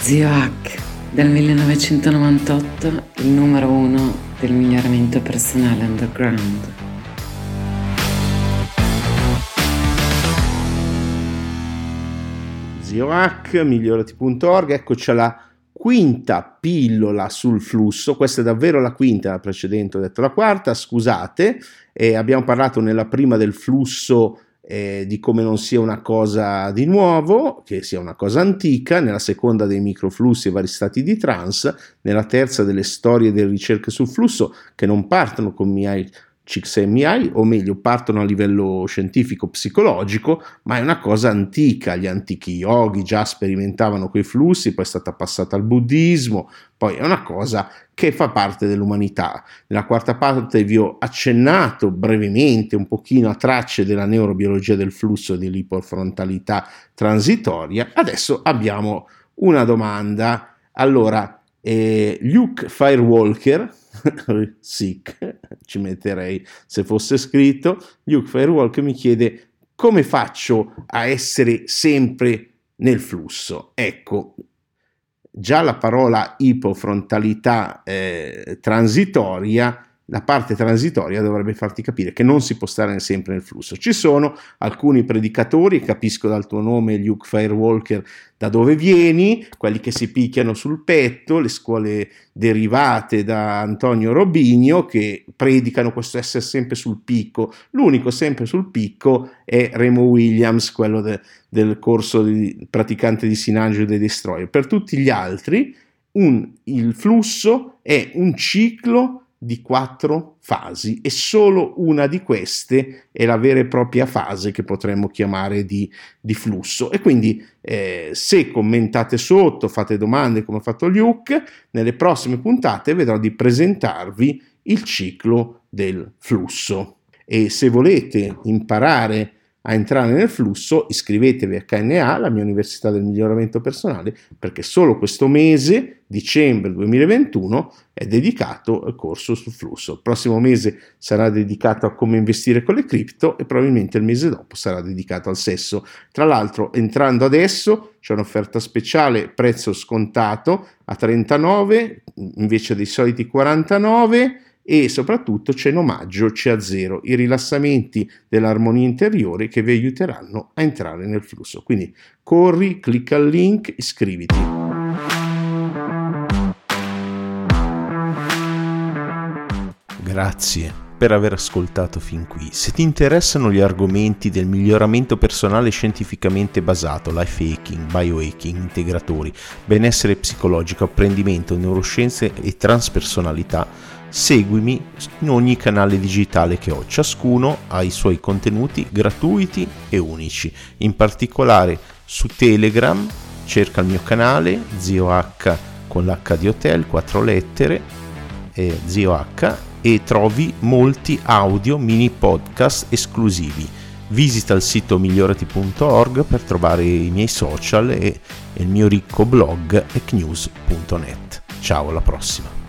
Zio Hack, del 1998, il numero 1 del miglioramento personale underground. Zio Hack, migliorati.org, eccoci alla quinta pillola sul flusso. Questa è davvero la quinta, la precedente ho detto la quarta, scusate. Abbiamo parlato nella prima del flusso di come non sia una cosa di nuovo, che sia una cosa antica, nella seconda dei microflussi e vari stati di trance, nella terza delle storie delle ricerche sul flusso che non partono con Mihaly Csikszentmihalyi, o meglio partono a livello scientifico psicologico, ma è una cosa antica. Gli antichi yogi già sperimentavano quei flussi, poi è stata passata al buddismo, poi è una cosa che fa parte dell'umanità. Nella quarta parte vi ho accennato brevemente un pochino a tracce della neurobiologia del flusso e dell'ipofrontalità transitoria. Adesso abbiamo una domanda. Allora, Luke Firewalker, sick, ci metterei se fosse scritto, Luke Firewalker mi chiede: come faccio a essere sempre nel flusso? Ecco, già la parola ipofrontalità transitoria, la parte transitoria dovrebbe farti capire che non si può stare sempre nel flusso. Ci sono alcuni predicatori, capisco dal tuo nome Luke Firewalker da dove vieni, quelli che si picchiano sul petto, le scuole derivate da Antonio Robinho, che predicano questo essere sempre sul picco. L'unico sempre sul picco è Remo Williams, quello del corso di praticante di Sinangelo dei Destroyer. Per tutti gli altri il flusso è un ciclo di 4 fasi e solo una di queste è la vera e propria fase che potremmo chiamare di flusso. E quindi se commentate sotto, fate domande come ha fatto Luke, nelle prossime puntate vedrò di presentarvi il ciclo del flusso. E se volete imparare a entrare nel flusso, iscrivetevi a KNA, la mia università del miglioramento personale, perché solo questo mese, dicembre 2021, è dedicato al corso sul flusso. Il prossimo mese sarà dedicato a come investire con le cripto e probabilmente il mese dopo sarà dedicato al sesso. Tra l'altro, entrando adesso c'è un'offerta speciale, prezzo scontato a 39 invece dei soliti 49, e soprattutto c'è in omaggio CA0, i rilassamenti dell'armonia interiore che vi aiuteranno a entrare nel flusso. Quindi corri, clicca il link, iscriviti. Grazie per aver ascoltato fin qui. Se ti interessano gli argomenti del miglioramento personale scientificamente basato, life hacking, biohacking, integratori, benessere psicologico, apprendimento, neuroscienze e transpersonalità, seguimi in ogni canale digitale che ho. Ciascuno ha i suoi contenuti gratuiti e unici. In particolare su Telegram cerca il mio canale Zio H con l'H di hotel, 4 lettere, Zio H, e trovi molti audio mini podcast esclusivi. Visita il sito migliorati.org per trovare i miei social e il mio ricco blog ecnews.net. Ciao, alla prossima.